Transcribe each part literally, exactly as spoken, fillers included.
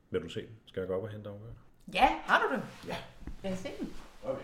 Vil du se den? Skal jeg gå op og hente dagbøgerne? Ja, har du det? Ja. Lad os se den. Okay.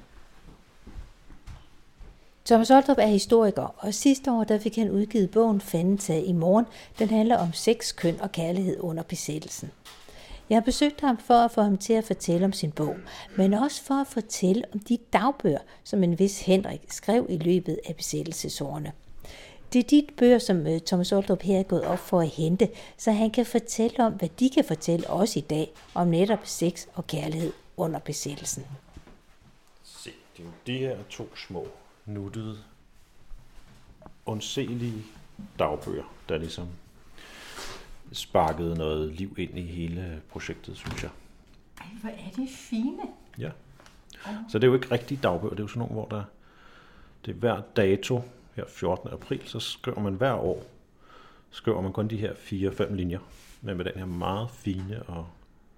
Thomas Oldrup er historiker, og sidste år der fik han udgivet bogen Fanden taget i morgen. Den handler om sex, køn og kærlighed under besættelsen. Jeg har besøgt ham for at få ham til at fortælle om sin bog, men også for at fortælle om de dagbøger, som en vis Henrik skrev i løbet af besættelsesårene. Det er de bøger, som Thomas Oldrup her er gået op for at hente, så han kan fortælle om, hvad de kan fortælle os i dag om netop sex og kærlighed under besættelsen. Se, det er jo de her to små, nuttede, undselige dagbøger, der ligesom sparkede noget liv ind i hele projektet, synes jeg. Ej, hvor er de fine. Ja. Så det er jo ikke rigtige dagbøger, det er jo sådan nogle, hvor der det er hver dato, her fjortende april, så skriver man hver år, skriver man kun de her fire-fem linjer, men med den her meget fine og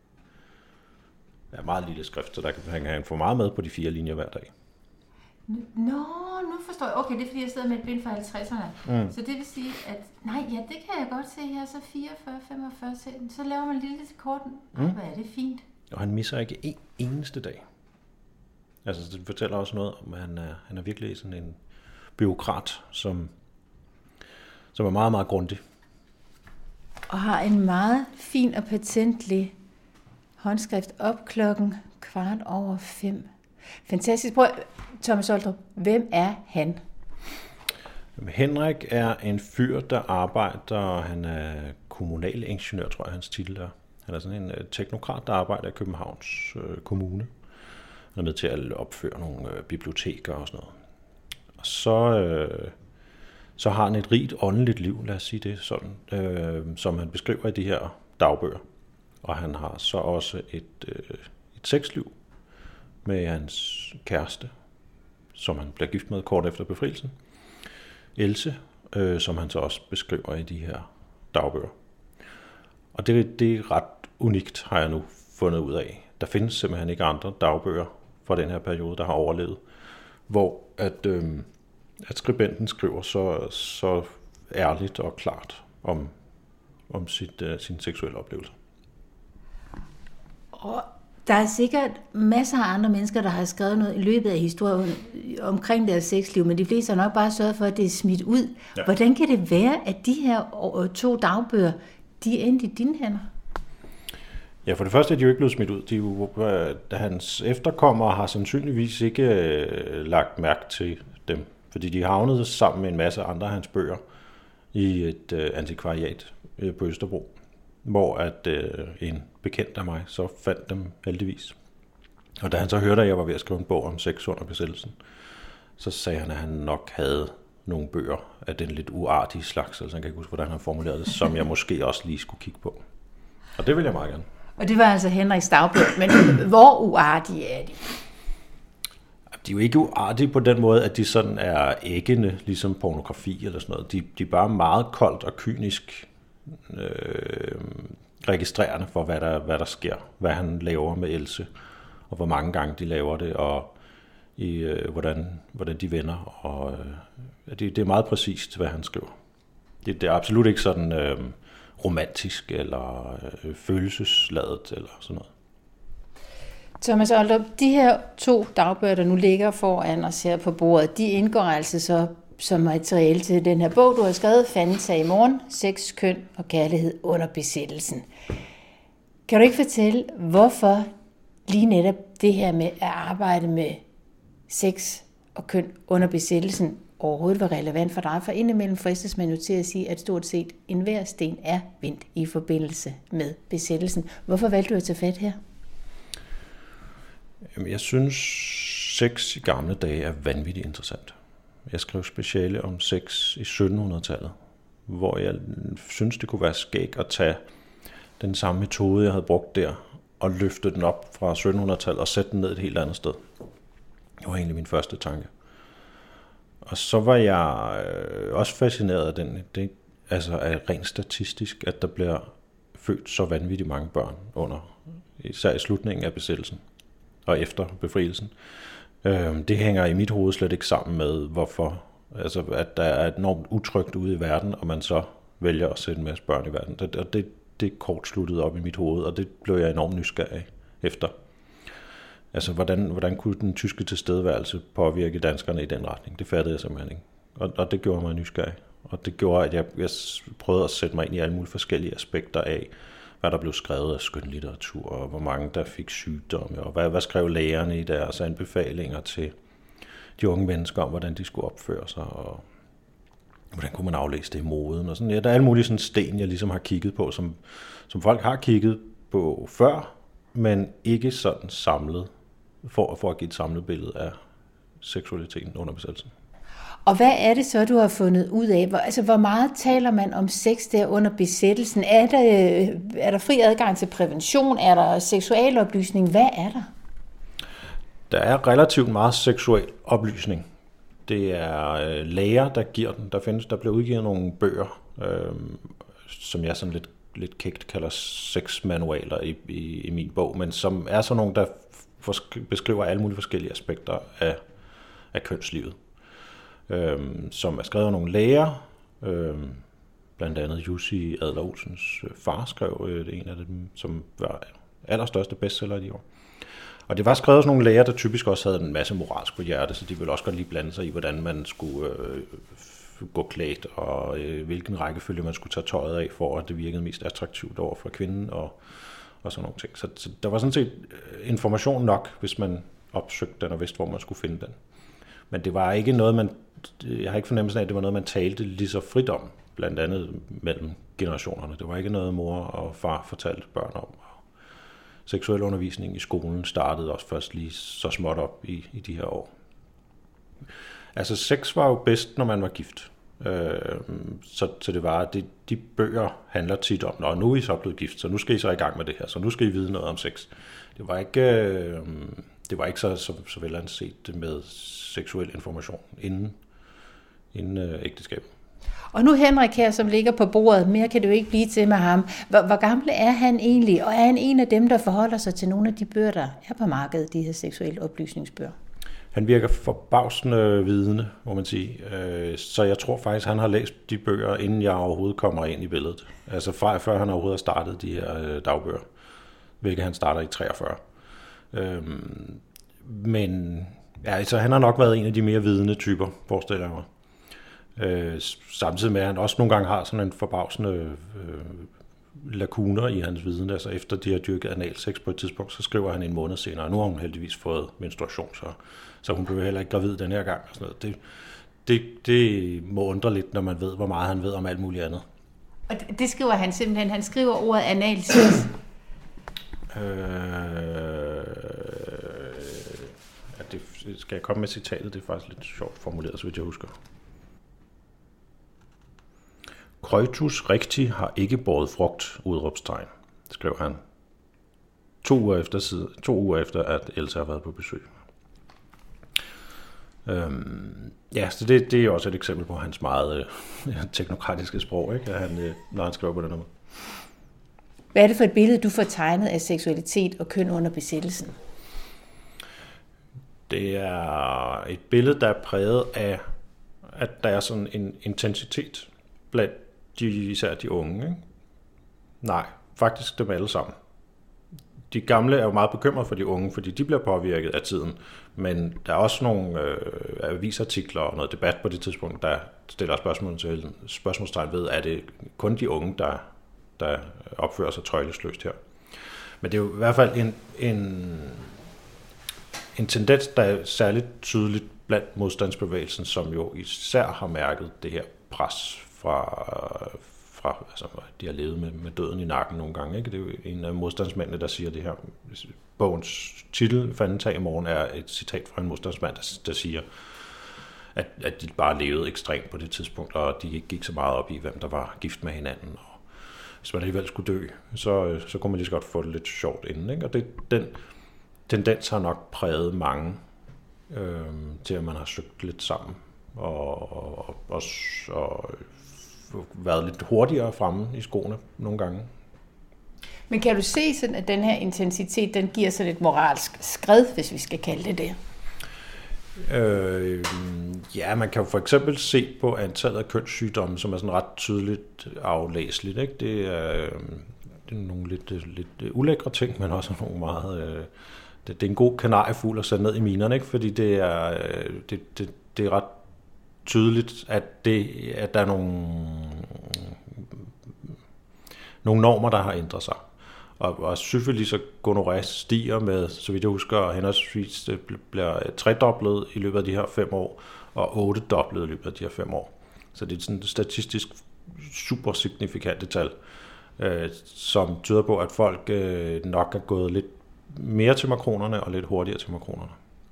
ja, meget lille skrift, så der kan han få meget med på de fire linjer hver dag. Nå, nu forstår jeg. Okay, det er fordi, jeg sidder med et bind fra halvtredserne. Mm. Så det vil sige, at nej, ja, det kan jeg godt se her, så fireogfyrre, femogfyrre, så laver man lige lidt kort. Ej, mm. Hvor er det fint. Og han misser ikke en eneste dag. Altså, det fortæller også noget om, at han er, han er virkelig sådan en bureaukrat, som, som er meget, meget grundig. Og har en meget fin og patentlig håndskrift op klokken kvart over fem. Fantastisk. Prøv, Thomas Oldrup, hvem er han? Henrik er en fyr, der arbejder, han er kommunal ingeniør, tror jeg, hans titel er. Han er sådan en teknokrat, der arbejder i Københavns øh, Kommune. Han er med til at opføre nogle øh, biblioteker og sådan noget. Og så, øh, så har han et rigt åndeligt liv, lad os sige det sådan, øh, som han beskriver i de her dagbøger. Og han har så også et, øh, et sexliv med hans kæreste, som han bliver gift med kort efter befrielsen. Else, øh, som han så også beskriver i de her dagbøger. Og det, det er ret unikt, har jeg nu fundet ud af. Der findes simpelthen ikke andre dagbøger fra den her periode, der har overlevet, hvor at, øh, at skribenten skriver så, så ærligt og klart om, om sit, øh, sin seksuelle oplevelse. Og der er sikkert masser af andre mennesker, der har skrevet noget i løbet af historien omkring deres sexliv, men de fleste har nok bare sørget for, at det er smidt ud. Ja. Hvordan kan det være, at de her to dagbøger, de er endt i dine hænder? Ja, for det første er de jo ikke blevet smidt ud. De er jo, hans efterkommere har sandsynligvis ikke øh, lagt mærke til dem, fordi de havnede sammen med en masse andre af hans bøger i et øh, antikvariat øh, på Østerbro, hvor at øh, en bekendt af mig så fandt dem heldigvis. Og da han så hørte, at jeg var ved at skrive en bog om sex under besættelsen, så sagde han, at han nok havde nogle bøger af den lidt uartige slags, altså han kan ikke huske, hvordan han formulerede det, som jeg måske også lige skulle kigge på. Og det vil jeg meget gerne. Og det var altså Henriks dagbøger, men hvor uartige er de? De er jo ikke uartige på den måde, at de sådan er æggende, ligesom pornografi eller sådan noget. De, de er bare meget koldt og kynisk øh, registrerende for, hvad der, hvad der sker, hvad han laver med Else, og hvor mange gange de laver det, og i, øh, hvordan, hvordan de vender. Og, øh, det, det er meget præcist, hvad han skriver. Det, det er absolut ikke sådan øh, romantisk eller øh, følelsesladet eller sådan noget. Thomas Oldrup, de her to dagbøger, der nu ligger foran os her på bordet, de indgår altså så som materiale til den her bog, du har skrevet, Fanden taget i morgen, sex, køn og kærlighed under besættelsen. Kan du ikke fortælle, hvorfor lige netop det her med at arbejde med sex og køn under besættelsen overhovedet var relevant for dig? For indimellem fristes man jo til at sige, at stort set enhver sten er vendt i forbindelse med besættelsen. Hvorfor valgte du at tage fat her? Jeg synes, sex i gamle dage er vanvittigt interessant. Jeg skrev speciale om sex i syttenhundredetallet, hvor jeg synes, det kunne være skægt at tage den samme metode, jeg havde brugt der, og løfte den op fra syttenhundredetallet og sætte den ned et helt andet sted. Det var egentlig min første tanke. Og så var jeg også fascineret af den, det, altså af rent statistisk, at der bliver født så vanvittigt mange børn under, især i slutningen af besættelsen og efter befrielsen. Det hænger i mit hoved slet ikke sammen med, hvorfor, altså at der er enormt utrygt ude i verden, og man så vælger at sætte en masse børn i verden. Og det, det kortsluttede op i mit hoved, og det blev jeg enormt nysgerrig efter. Altså, hvordan, hvordan kunne den tyske tilstedeværelse påvirke danskerne i den retning? Det fattede jeg simpelthen ikke. Og, og det gjorde mig nysgerrig. Og det gjorde, at jeg, jeg prøvede at sætte mig ind i alle mulige forskellige aspekter af, hvad der blev skrevet af skønlitteratur, og hvor mange der fik sygdomme, og hvad, hvad skrev lægerne i deres anbefalinger til de unge mennesker om, hvordan de skulle opføre sig, og hvordan kunne man aflæse det i moden, og sådan. Ja, der er alle mulige sådan sten, jeg ligesom har kigget på, som, som folk har kigget på før, men ikke sådan samlet, for, for at give et samlet billede af seksualiteten under besættelsen. Og hvad er det så, du har fundet ud af? Hvor, altså, hvor meget taler man om sex der under besættelsen? Er der, er der fri adgang til prævention? Er der seksualoplysning? Hvad er der? Der er relativt meget seksuel oplysning. Det er øh, læger, der giver den. Der findes, der bliver udgivet nogle bøger, øh, som jeg sådan lidt, lidt kægt kalder sexmanualer i, i, i min bog, men som er sådan nogle, der forsk- beskriver alle mulige forskellige aspekter af, af kønslivet. Øhm, som er skrevet af nogle læger, øhm, blandt andet Jussi Adler-Olsens far skrev øh, en af dem, som var allerstørste bestseller i de år. Og det var skrevet af nogle læger, der typisk også havde en masse moralsk på hjerte, så de ville også godt lige blande sig i, hvordan man skulle øh, gå klædt, og øh, hvilken rækkefølge man skulle tage tøjet af, for at det virkede mest attraktivt over for kvinden, og, og sådan nogle ting. Så, så der var sådan set information nok, hvis man opsøgte den og vidste, hvor man skulle finde den. Men det var ikke noget, man jeg har ikke fornemmelsen af, at det var noget, man talte lige så frit om, blandt andet mellem generationerne. Det var ikke noget, mor og far fortalte børn om. Seksuel undervisning i skolen startede også først lige så småt op i, i de her år. Altså, sex var jo bedst, når man var gift. Øh, så, så det var, det, de bøger handler tit om, nå, nu er I så blevet gift, så nu skal I så i gang med det her, så nu skal I vide noget om sex. Det var ikke... Øh, det var ikke så, så, så vel anset med seksuel information inden inden øh, ægteskabet. Og nu Henrik her, som ligger på bordet, mere kan det jo ikke blive til med ham. Hvor, hvor gammel er han egentlig? Og er han en af dem, der forholder sig til nogle af de bøger, der er på markedet, de her seksuelle oplysningsbøger? Han virker forbavsende vidende, må man sige. Så jeg tror faktisk, han har læst de bøger, inden jeg overhovedet kommer ind i billedet. Altså fra før han overhovedet har startet de her dagbøger, hvilket han starter i treogfyrre. Men ja, altså, han har nok været en af de mere vidende typer, forestiller jeg mig. Øh, samtidig med, at han også nogle gange har sådan en forbavsende øh, lakuner i hans viden. Altså efter de har dyrket analsex på et tidspunkt, så skriver han en måned senere, og nu har hun heldigvis fået menstruation, så, så hun blev heller ikke gravid den her gang. Og sådan noget. Det, det, det må undre lidt, når man ved, hvor meget han ved om alt muligt andet. Og det skriver han simpelthen. Han skriver ordet analsex. øh, ja, det skal jeg komme med citatet? Det er faktisk lidt sjovt formuleret, så vidt jeg husker. Coitus recti har ikke båret frugt, udråbstegn, skrev han to uger efter, to uger efter at Elsa har været på besøg. Øhm, ja, så det, det er også et eksempel på hans meget øh, teknokratiske sprog, ikke? At han, øh, når han skriver på den måde. Hvad er det for et billede, du får tegnet af seksualitet og køn under besættelsen? Det er et billede, der er præget af, at der er sådan en intensitet blandt de, især de unge. Ikke? Nej, faktisk dem alle sammen. De gamle er jo meget bekymrede for de unge, fordi de bliver påvirket af tiden. Men der er også nogle øh, avisartikler og noget debat på det tidspunkt, der stiller spørgsmål til, spørgsmålstegn ved, er det kun de unge, der, der opfører sig tøjlesløst her. Men det er jo i hvert fald en, en, en tendens, der er særligt tydeligt blandt modstandsbevægelsen, som jo især har mærket det her pres fra, fra altså de har levet med, med døden i nakken nogle gange. Ikke? Det er jo en af modstandsmændene, der siger det her. Bogens titel, Fanden tag i morgen, er et citat fra en modstandsmand, der, der siger, at, at de bare levede ekstremt på det tidspunkt, og de ikke gik så meget op i, hvem der var gift med hinanden. Og hvis man alligevel skulle dø, så, så kunne man lige så godt få det lidt sjovt inden. Ikke? Og det, den tendens har nok præget mange øh, til, at man har søgt lidt sammen og, og, og, og været lidt hurtigere fremme i skoene nogle gange. Men kan du se sådan, at den her intensitet, den giver sådan et moralsk skred, hvis vi skal kalde det det? Øh, ja, man kan jo for eksempel se på antallet af kønssygdomme, som er sådan ret tydeligt aflæseligt. Ikke? Det er, nogle lidt, lidt ulækre ting, men også nogle meget... Øh, det, det er en god kanariefugl at sætte ned i minerne, ikke? Fordi det er, øh, det, det, det er ret tydeligt, at, det, at der er nogle, nogle normer, der har ændret sig. Og, og syfilis og gonorrhea stiger med, så vidt jeg husker, henholdsvis det bliver tredoblet i løbet af de her fem år, og ottedoblet i løbet af de her fem år. Så det er sådan statistisk super signifikante tal, øh, som tyder på, at folk øh, nok er gået lidt mere til makronerne og lidt hurtigere til makronerne.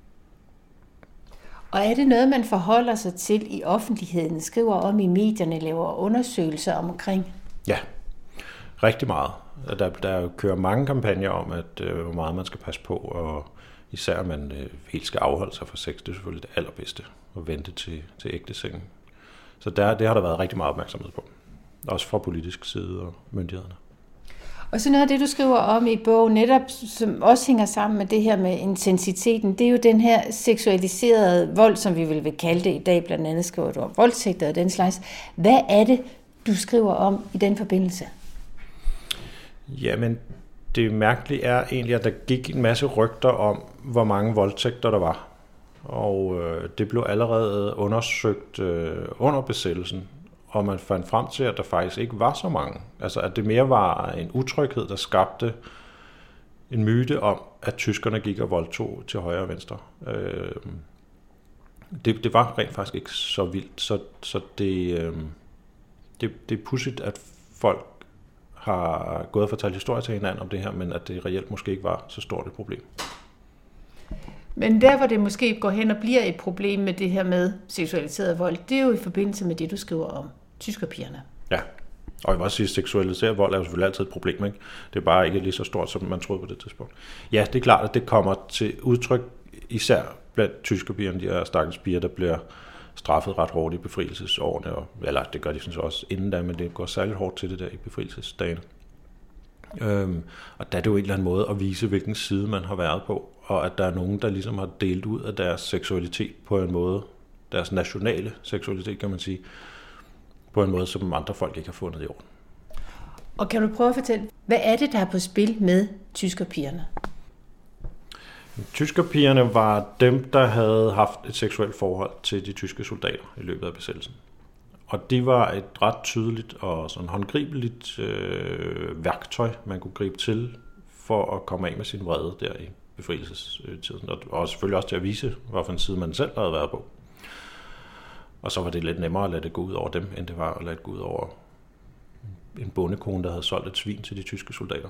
Og er det noget, man forholder sig til i offentligheden, skriver om i medierne, laver undersøgelser omkring? Ja, rigtig meget. Der, der kører mange kampagner om, at øh, hvor meget man skal passe på, og især at man øh, helt skal afholde sig fra sex. Det er selvfølgelig det allerbedste, at vente til, til ægte sengen. Så der, det har der været rigtig meget opmærksomhed på. Også fra politisk side og myndighederne. Og så noget af det, du skriver om i bogen, netop som også hænger sammen med det her med intensiteten, det er jo den her seksualiserede vold, som vi vil, vil kalde det i dag, blandt andet skriver du om voldtægter og den slags. Hvad er det, du skriver om i den forbindelse? Jamen, det mærkelige er egentlig, at der gik en masse rygter om, hvor mange voldtægter der var. Og øh, det blev allerede undersøgt øh, under besættelsen, og man fandt frem til, at der faktisk ikke var så mange. Altså, at det mere var en utryghed, der skabte en myte om, at tyskerne gik og voldtog til højre og venstre. Øh, det, det var rent faktisk ikke så vildt, så, så det, øh, det, det er pudsigt, at folk har gået og fortalt historier til hinanden om det her, men at det reelt måske ikke var så stort et problem. Men der, hvor det måske går hen og bliver et problem med det her med seksualiseret vold, det er jo i forbindelse med det, du skriver om tyskerpigerne. Ja, og jeg vil også sige, at seksualiseret vold er jo selvfølgelig altid et problem, ikke? Det er bare ikke lige så stort, som man troede på det tidspunkt. Ja, det er klart, at det kommer til udtryk, især blandt tyskerpigerne, de her stakkels piger, der bliver straffet ret hårdt i befrielsesårene, og, eller det gør de sådan også inden da, men det går særligt hårdt til det der i befrielsesdagene. Øhm, og der er det jo en eller anden måde at vise, hvilken side man har været på, og at der er nogen, der ligesom har delt ud af deres seksualitet på en måde, deres nationale seksualitet, kan man sige, på en måde, som andre folk ikke har fundet i orden. Og kan du prøve at fortælle, hvad er det, der er på spil med tyskerpigerne? Tyskerpigerne var dem, der havde haft et seksuelt forhold til de tyske soldater i løbet af besættelsen. Og det var et ret tydeligt og sådan håndgribeligt øh, værktøj, man kunne gribe til for at komme af med sin vrede der i befrielsestiden. Og selvfølgelig også til at vise, hvilken side man selv havde været på. Og så var det lidt nemmere at lade det gå ud over dem, end det var at lade det gå ud over en bondekone, der havde solgt et svin til de tyske soldater.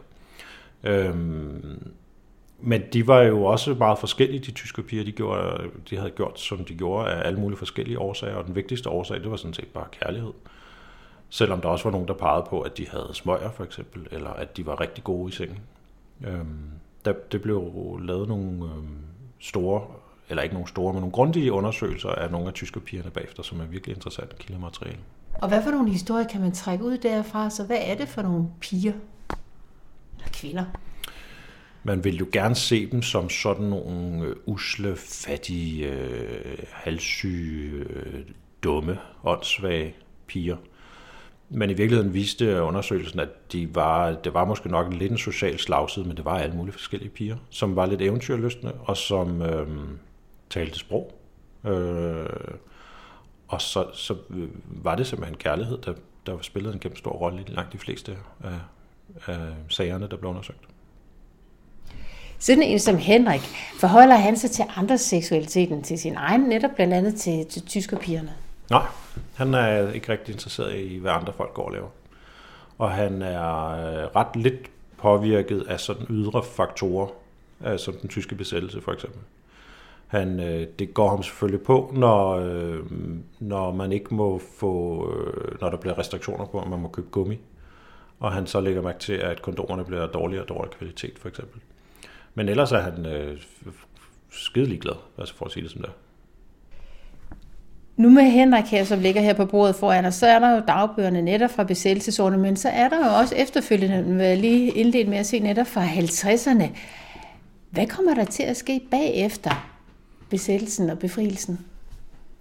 Øhm, men de var jo også meget forskellige, de tyske piger. De, gjorde, de havde gjort, som de gjorde, af alle mulige forskellige årsager. Og den vigtigste årsag, det var sådan set bare kærlighed. Selvom der også var nogen, der pegede på, at de havde smøger, for eksempel, eller at de var rigtig gode i sengen. Øhm, der, det blev lavet nogle øhm, store, eller ikke nogle store, men nogle grundige undersøgelser af nogle af tyskerpigerne bagefter, som er virkelig interessant kildemateriale. Og hvad for nogle historier kan man trække ud derfra? Så hvad er det for nogle piger eller kvinder? Man vil jo gerne se dem som sådan nogle øh, usle, fattige, øh, halssyge, øh, dumme, åndssvage piger. Men i virkeligheden viste undersøgelsen, at de var, det var måske nok lidt en social slagside, men det var alle mulige forskellige piger, som var lidt eventyrlystne, og som øh, talte sprog. Øh, og så, så var det simpelthen kærlighed, der, der spillede en kæmpe stor rolle i langt de fleste af, af sagerne, der blev undersøgt. Sådan en som Henrik, forholder han sig til andres seksualitet end til sin egen, netop blandt andet til, til tyskerpigerne? Nej, han er ikke rigtig interesseret i, hvad andre folk går og laver. Og han er ret lidt påvirket af sådan ydre faktorer, som den tyske besættelse for eksempel. Han, det går ham selvfølgelig på, når, når man ikke må få, når der bliver restriktioner på, at man må købe gummi. Og han så lægger mærke til, at kondomerne bliver dårligere og dårligere kvalitet for eksempel. Men ellers er han øh, skide ligeglad, altså for at sige det som det er. Nu med Henrik her, som ligger her på bordet foran os, så er der jo dagbøgerne netop fra besættelsesårene, men så er der jo også efterfølgende, vil jeg lige indledt med at se netop fra halvtredserne. Hvad kommer der til at ske bagefter besættelsen og befrielsen?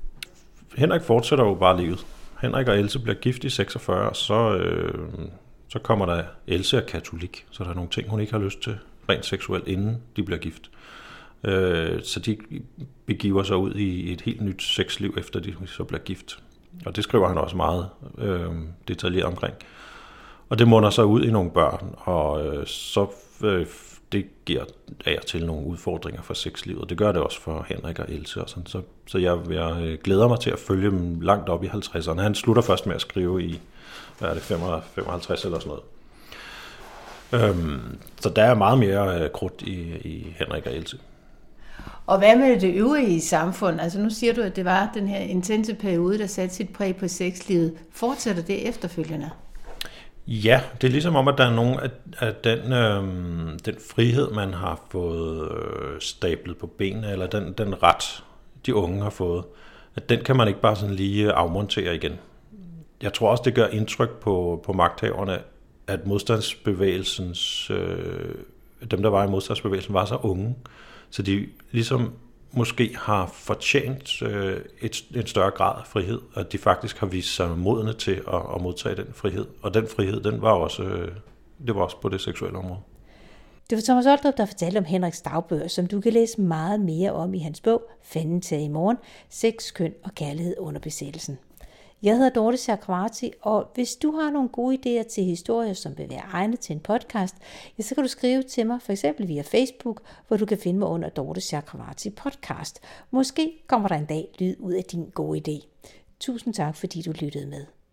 Henrik fortsætter jo bare livet. Henrik og Else bliver gift i seksogfyrre, så, øh, Så kommer der Else er katolik, så der er nogle ting, hun ikke har lyst til rent seksuelt, inden de bliver gift. Øh, så de begiver sig ud i et helt nyt sexliv, efter de så bliver gift. Og det skriver han også meget øh, detaljeret omkring. Og det munder sig ud i nogle børn, og øh, så øh, det giver af og til nogle udfordringer for sexlivet. Det gør det også for Henrik og Else. Og sådan. Så, så jeg, jeg glæder mig til at følge dem langt op i halvtredserne. Han slutter først med at skrive i, hvad er det, femoghalvtreds eller sådan noget. Øhm, så der er meget mere øh, krudt i, i Henrik og Else. Og hvad med det øvrige samfund? Altså nu siger du, at det var den her intense periode, der satte sit præg på sexlivet. Fortsætter det efterfølgende? Ja, det er ligesom om, at der er nogen af, af den, øh, den frihed, man har fået øh, stablet på benene, eller den, den ret, de unge har fået, at den kan man ikke bare sådan lige afmontere igen. Jeg tror også, det gør indtryk på, på magthaverne, at modstandsbevægelsens, øh, dem der var i modstandsbevægelsen, var så unge, så de ligesom måske har fortjent øh, et, en større grad af frihed, at de faktisk har vist sig modne til at, at modtage den frihed. Og den frihed, den var også, øh, det var også på det seksuelle område. Det var Thomas Oldrup, der fortalte om Henriks dagbøger, som du kan læse meget mere om i hans bog, Fanden tager i morgen, sex, køn og kærlighed under besættelsen. Jeg hedder Dorte Chakravarty, og hvis du har nogle gode idéer til historier, som vil være egnet til en podcast, ja, så kan du skrive til mig, for eksempel via Facebook, hvor du kan finde mig under Dorte Chakravarty podcast. Måske kommer der en dag lyd ud af din gode idé. Tusind tak, fordi du lyttede med.